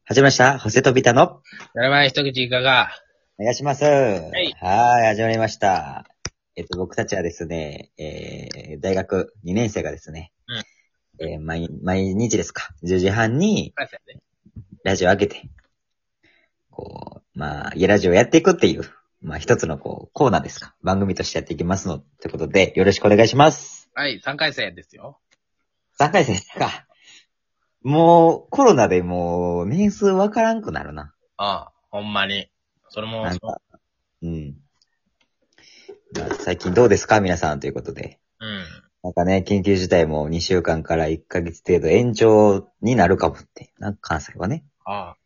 始まりました。ホセとビタの。 やらない一口いかが。 お願いします。 いはい、始まりました。僕たちはですね、大学2年生がですね、毎日ですか、10時半に返せね。 ラジオ開けて、ラジオやっていくっていう、一つのコーナーですか。番組としてやっていきますの、ということで、よろしくお願いします。 はい、3回戦ですよ。 3回生ですか。もう、コロナでもう、年数わからんくなるな。 ああ、ほんまに。それも、 なんか、うん。最近どうですか皆さんということで。 うん。 なんかね、緊急事態も2週間から1ヶ月程度延長になるかもって。なんか関西はね。 ああ、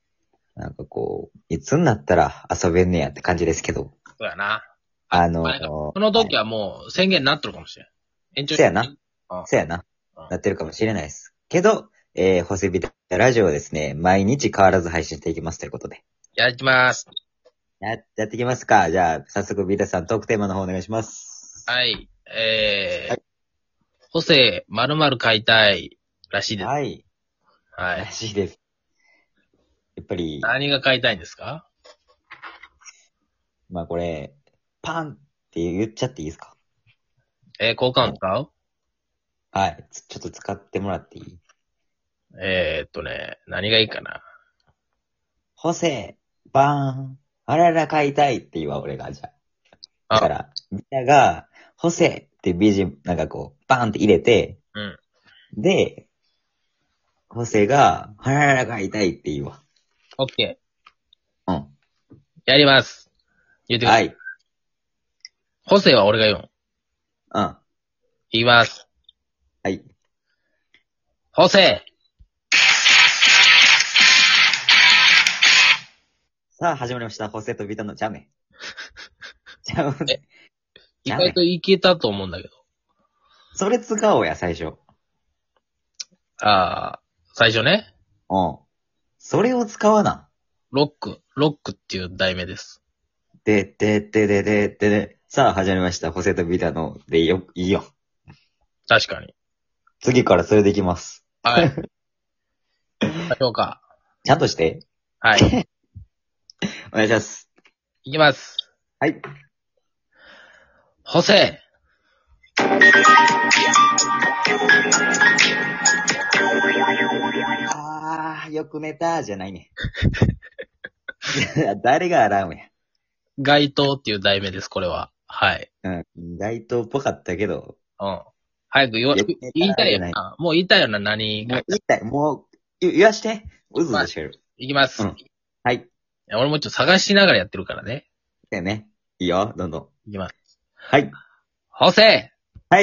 いつになったら遊べんねやって感じですけど。 そうやな。 あのあれかこの時はもう宣言になっとるかもしれん。延長せやな。 あせやなあ。 なってるかもしれないです。けど、ホセビタラジオはですね、毎日変わらず配信していきますということで。 やってます。 やっていきますか。じゃあ、早速ビタさんトークテーマの方お願いします。 はい。 はい。 補正〇〇買いたいらしいです。 はい。らはい。 しいです。やっぱり、 何が買いたいんですか？ これ、パンって言っちゃっていいですか？ 交換使う？ はい。ちょっと使ってもらっていい？ 何がいいかな。 ホセ、バーン、あらら買いたいって言うわ、俺が、じゃあ。だかあ、 ら、みんなが、ホセって BGM、バーンって入れて、 うん。 で、ホセが、あらら買いたいって言うわ。 オッケうん。 ー。やります。言ってください。 はい。 補正は俺が言うん。 うん。 言います。 はい。 補正さあ、始まりました。ホセとビタのジャメ。ちゃうえね。ち意ゃうね。 外といけたと思うんだけど。 それ使おうや、最初。 ああ、最初ね。 うん。それを使わな。 ロックっていう題名です。 で。さあ、始まりました。ホセとビタの、でいいよ。 確かに。 次からそれでいきます。 はい。行きましょうか。 ちゃんとして。 はい。 お願いします。 いきます。 はい。 補正よく寝た、じゃないね。誰が洗うんや。 街頭っていう題名です、これは。はい。 うん。街灯っぽかったけど、 うん。早くよく寝言いたいたじゃない。 よな。もう言いたいよな、何が。 もう言いたい。もう、言わして。うずうずしてる。 いきます。 うん。はい。 俺もちょっと探しながらやってるからね。 だよね。いいよ、どんどん。 いきます。 はい。 補正はい。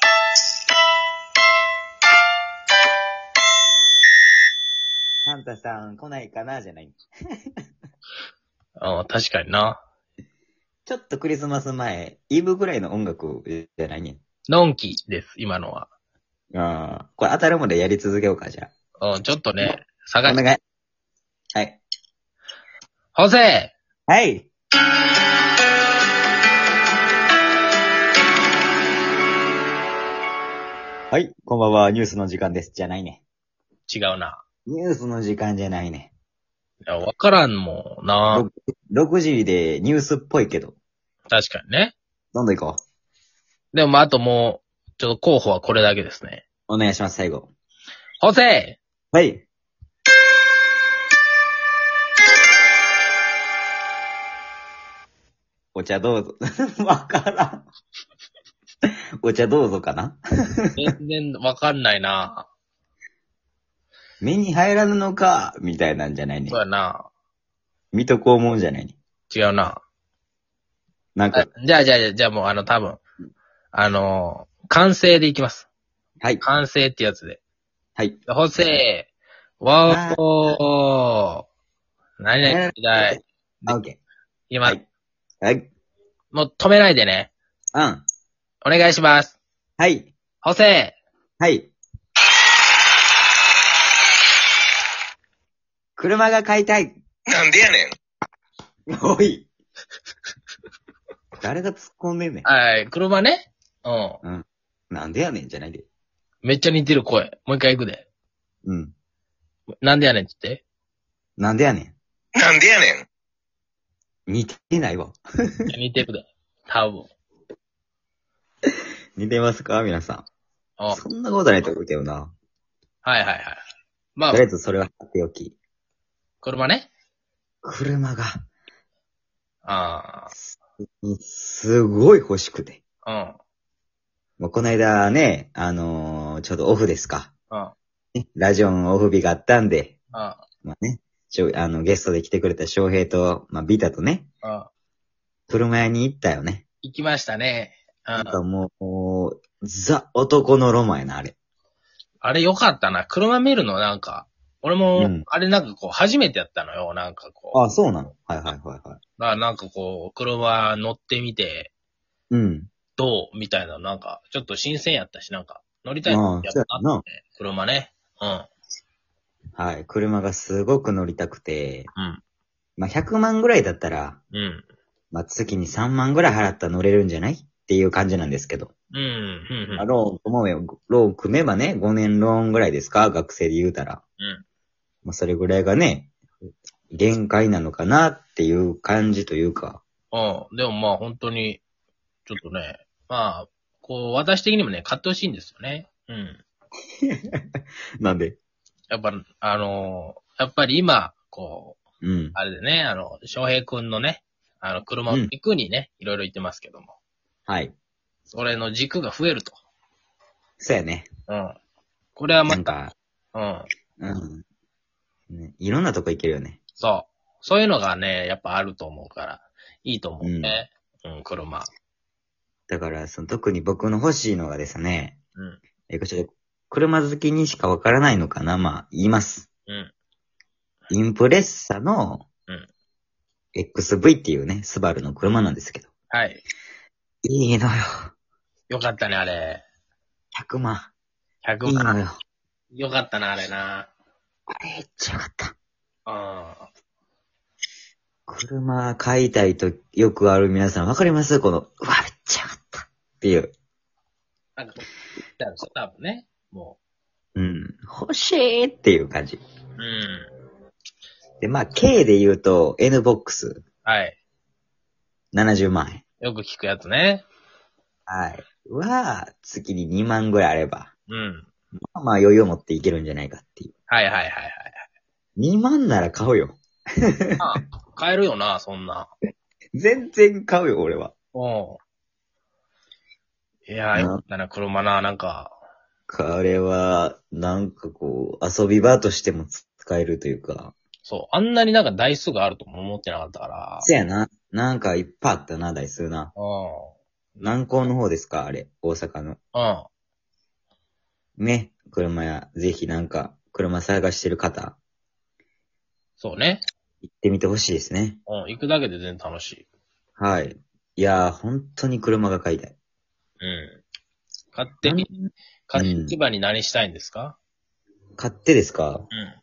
サンタさん来ないかなじゃない。 うん、確かにな。 ちょっとクリスマス前、イブぐらいの音楽じゃないね。 のんきです、今のは。 これ当たるまでやり続けようか、じゃうん、ちょっとね、 あ。お探し、 願い。はい。 補正はい。はい。こんばんは。ニュースの時間です。じゃないね。 違うな。 ニュースの時間じゃないね。 いや、わからんもんな。 6時でニュースっぽいけど。 確かにね。 どんどん行こでも、あともう、ちょっと候補はこれだけですね。 う。お願いします、最後。 補正はい。お茶どうぞ。わからん。お茶どうぞかな。 全然わかんないな。 目に入らぬのか、みたいなんじゃないね。 そうやな。 水戸黄門じゃないね。 違うな。 なんか、 じゃあもう多分、完成でいきます。 はい。 完成ってやつで。 はい。 補正わー何々だい。 オッケー。 いきます。 はい。はい。 もう止めないでね。 うん。 お願いします。 はい。 補正はい。車が買いたい。 なんでやねん。 おい。誰が突っ込んでんねん。 はい、車ね。うん。 うん。なんでやねんじゃないで。 めっちゃ似てる声。もう一回行くで。 うん。 なんでやねんって言って。 なんでやねなんでやねん。 ん。似てないわ。 いや似てるで。多分。 似てますか皆さん。 あ、 そんなことないと思うけどな。 はいはいはい。まあとりあえ、ずそれはさておき。 車ね。 車が、 あすごい欲しくて。 あ。 もうこの間ね、ちょうどオフですか。 うん。うん。 ねラジオのオフ日があったんで、 あまあね、ゲストで来てくれた翔平と、まあ、ビタとね、 あ。 車屋に行ったよね。 行きましたね。うなんかん。 もう、ザ男のロマンやな、あれ。 あれよかったな。車見るのなんか、俺も、 うんあれなんかこう、初めてやったのよ。なんかこう。 あ、そうなのはいはいはいはい。 なんかこう、車乗ってみて、 うん。 どうみたいな、なんか、ちょっと新鮮やったし、なんか、乗りたいああ、 やっそうやな。 ぱなって、車ね。うん。 はい。車がすごく乗りたくて、 うん。 まあ、100万ぐらいだったら、 うん。 まあ、月に3万ぐらい払ったら乗れるんじゃないっていう感じなんですけど。 うん。うん。うん。 ローン組めばね、5年ローンぐらいですか学生で言うたら。 うんまあ、それぐらいがね、限界なのかなっていう感じというか。 うん。でもまあ本当に、ちょっとね、まあ、こう、私的にもね、買ってほしいんですよね。うん。 なんでやっぱ、やっぱり今、こう、 うん。 あれでね、翔平くんのね、車をうん行くにね、いろいろ言ってますけども、 はい。 それの軸が増えると。 そうやね。 うん。これはまた、 なんか、 うん。 うん。ね、いろんなとこ行けるよね。 そう。そういうのがね、やっぱあると思うから、いいと思うね。うん、車。 だから、特に僕の欲しいのがですね、 うん。 ちょっと、車好きにしかわからないのかなまあ、言います。 うん。 インプレッサのうん。 XV っていうね、スバルの車なんですけど。 はい。 いいのよ。 よかったね、あれ。 100万。 100万。 いいのよ。 よかったな、あれな。 あれ、めっちゃよかった。 うん。 車買いたいとよくある皆さんわかりますこの、うわ、めっちゃよかったっていう。 なんか、言ったんですよ、多分ね。もうん。欲しいっていう感じ。 う。うん。 で、まあ、K で言うと N ボックスはい。 70万円。 よく聞くやつね。 はい。月に2万ぐらいあれば、 うん。 まあまあ余裕を持っていけるんじゃないかっていう。 はいはいはいはい。 2万なら買うよ。 あ、買えるよな、そんな。 全然買うよ、俺は。 うん。いやー、よかったな、車な、なんか。 彼は、なんかこう、遊び場としても使えるというか。 そう。あんなになんか台数があるとも思ってなかったから。 せやな。なんかいっぱいあったな、台数な。 う南港の方ですかあれ。大阪の。 ん。うん。 ね。車屋。ぜひなんか、車探してる方、 そうね。 行ってみてほしいですね。 うん。行くだけで全然楽しい。 はい。いやー、本当に車が買いたい。 うん。買っなんて、買って一番に何したいんですか？ 買ってですかうん。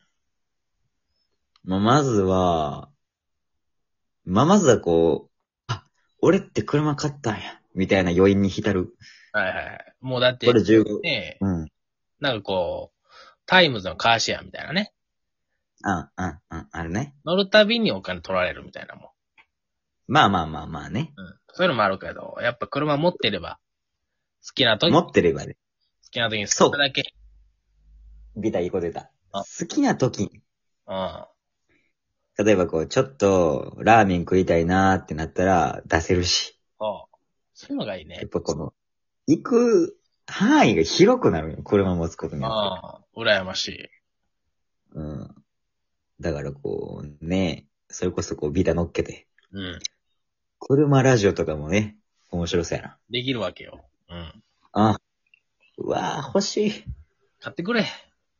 まずは、まずはこう、あ、俺って車買ったんや。みたいな余韻に浸る。 はいはいはい。もうだって、 これ15。 ね、 うん。 なんかこう、タイムズのカーシェアみたいなね。 あるね。 乗るたびにお金取られるみたいなもん。 まあね。 うん。そういうのもあるけど、やっぱ車持ってれば、好きな時、 持好ってればね。 きな時に好きなだけ。 ビタいいこと言った。 あ好きな時に、 うん。 例えばこう、ちょっと、ラーメン食いたいなーってなったら出せるし。 そう。そういうのがいいねやっ。ぱこの、行く範囲が広くなるよ。車持つことによって。 ああ、羨ましい。 うん。だからこう、ね、それこそこう、ビタ乗っけて。 うん。 車ラジオとかもね、面白そうやな。 できるわけよ。うん。 あ、うわー欲しい。 買ってくれ。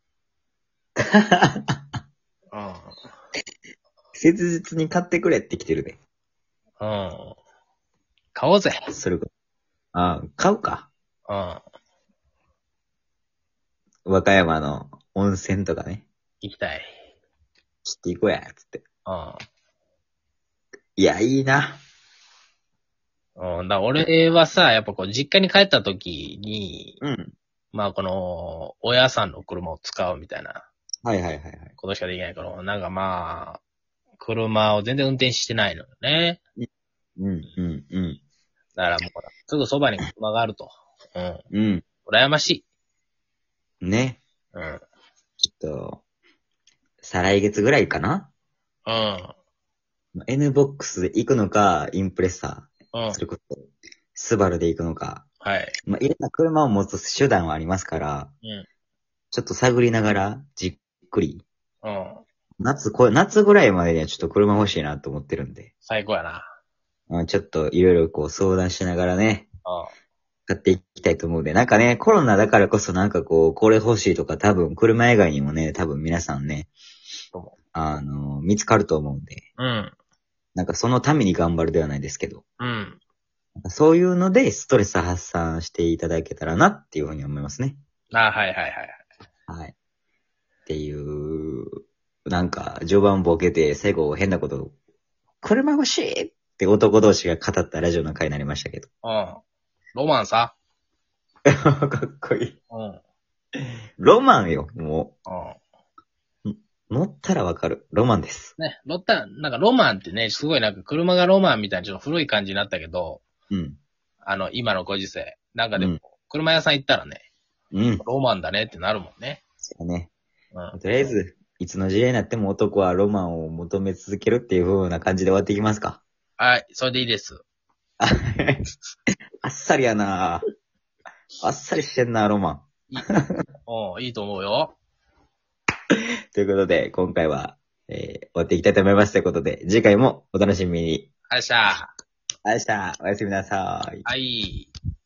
うん。 切実に買ってくれって来てるで。 うん。買おうぜ。 それこ買うか。 うん。 和歌山の温泉とかね。 行きたい。 知っていこうや、つって。 うん。 いや、いいな。 うん。だから俺はさ、やっぱこう、実家に帰った時に、 うん。 まあこの、親さんの車を使うみたいなはいはいはいはい。 ことしかできないから、なんかまあ、車を全然運転してないのよね。 うん、うん、うん。 だからもう、すぐそばに車があると。うん。 うん。 羨ましい。 ね。 うん。 ちょっと、再来月ぐらいかな？ うん。 N ボックスで行くのか、インプレッサー、 うん。 それこそ、スバルで行くのか。 はい。 まあ、いろんな車を持つ手段はありますから、 うん。 ちょっと探りながら、じっくり。 うん。 夏ぐらいまでにはちょっと車欲しいなと思ってるんで。 最高やな。 ちょっといろいろこう相談しながらね、 う買っていきたいと思うんで。なんかね、コロナだからこそなんかこう、これ欲しいとか多分車以外にもね、多分皆さんね、 ん。 見つかると思うんで。 うん。 なんかそのために頑張るではないですけど。 うん。 そういうのでストレス発散していただけたらなっていうふうに思いますね。 あ、はいはいはい。 はい。っていう、なんか序盤ボケて最後変なこと、車欲しいって男同士が語ったラジオの回になりましたけど。 うん。ロマンさ。 かっこいい。 うん。うん。 ロマンよ、もね、 う。乗ったらわかる。ロマンです。 なんかロマンってね、すごいなんか車がロマンみたいなちょっと古い感じになったけど、 うん。 今のご時世。なんかでも、 うん。 車屋さん行ったらね、 うん。 ロマンだねってなるもんね。 そうね。 うん。 とりあえず、いつの時代になっても男はロマンを求め続けるっていう風な感じで終わっていきますか。 はい、それでいいです。 ああっさりやな。あっさりしてんな、ロマン。 いい、いいと思うよ。 ということで、今回は、終わっていきたいと思います。ということで、次回もお楽しみに。 あっしゃありがとうございました。おやすみなさい。 はい。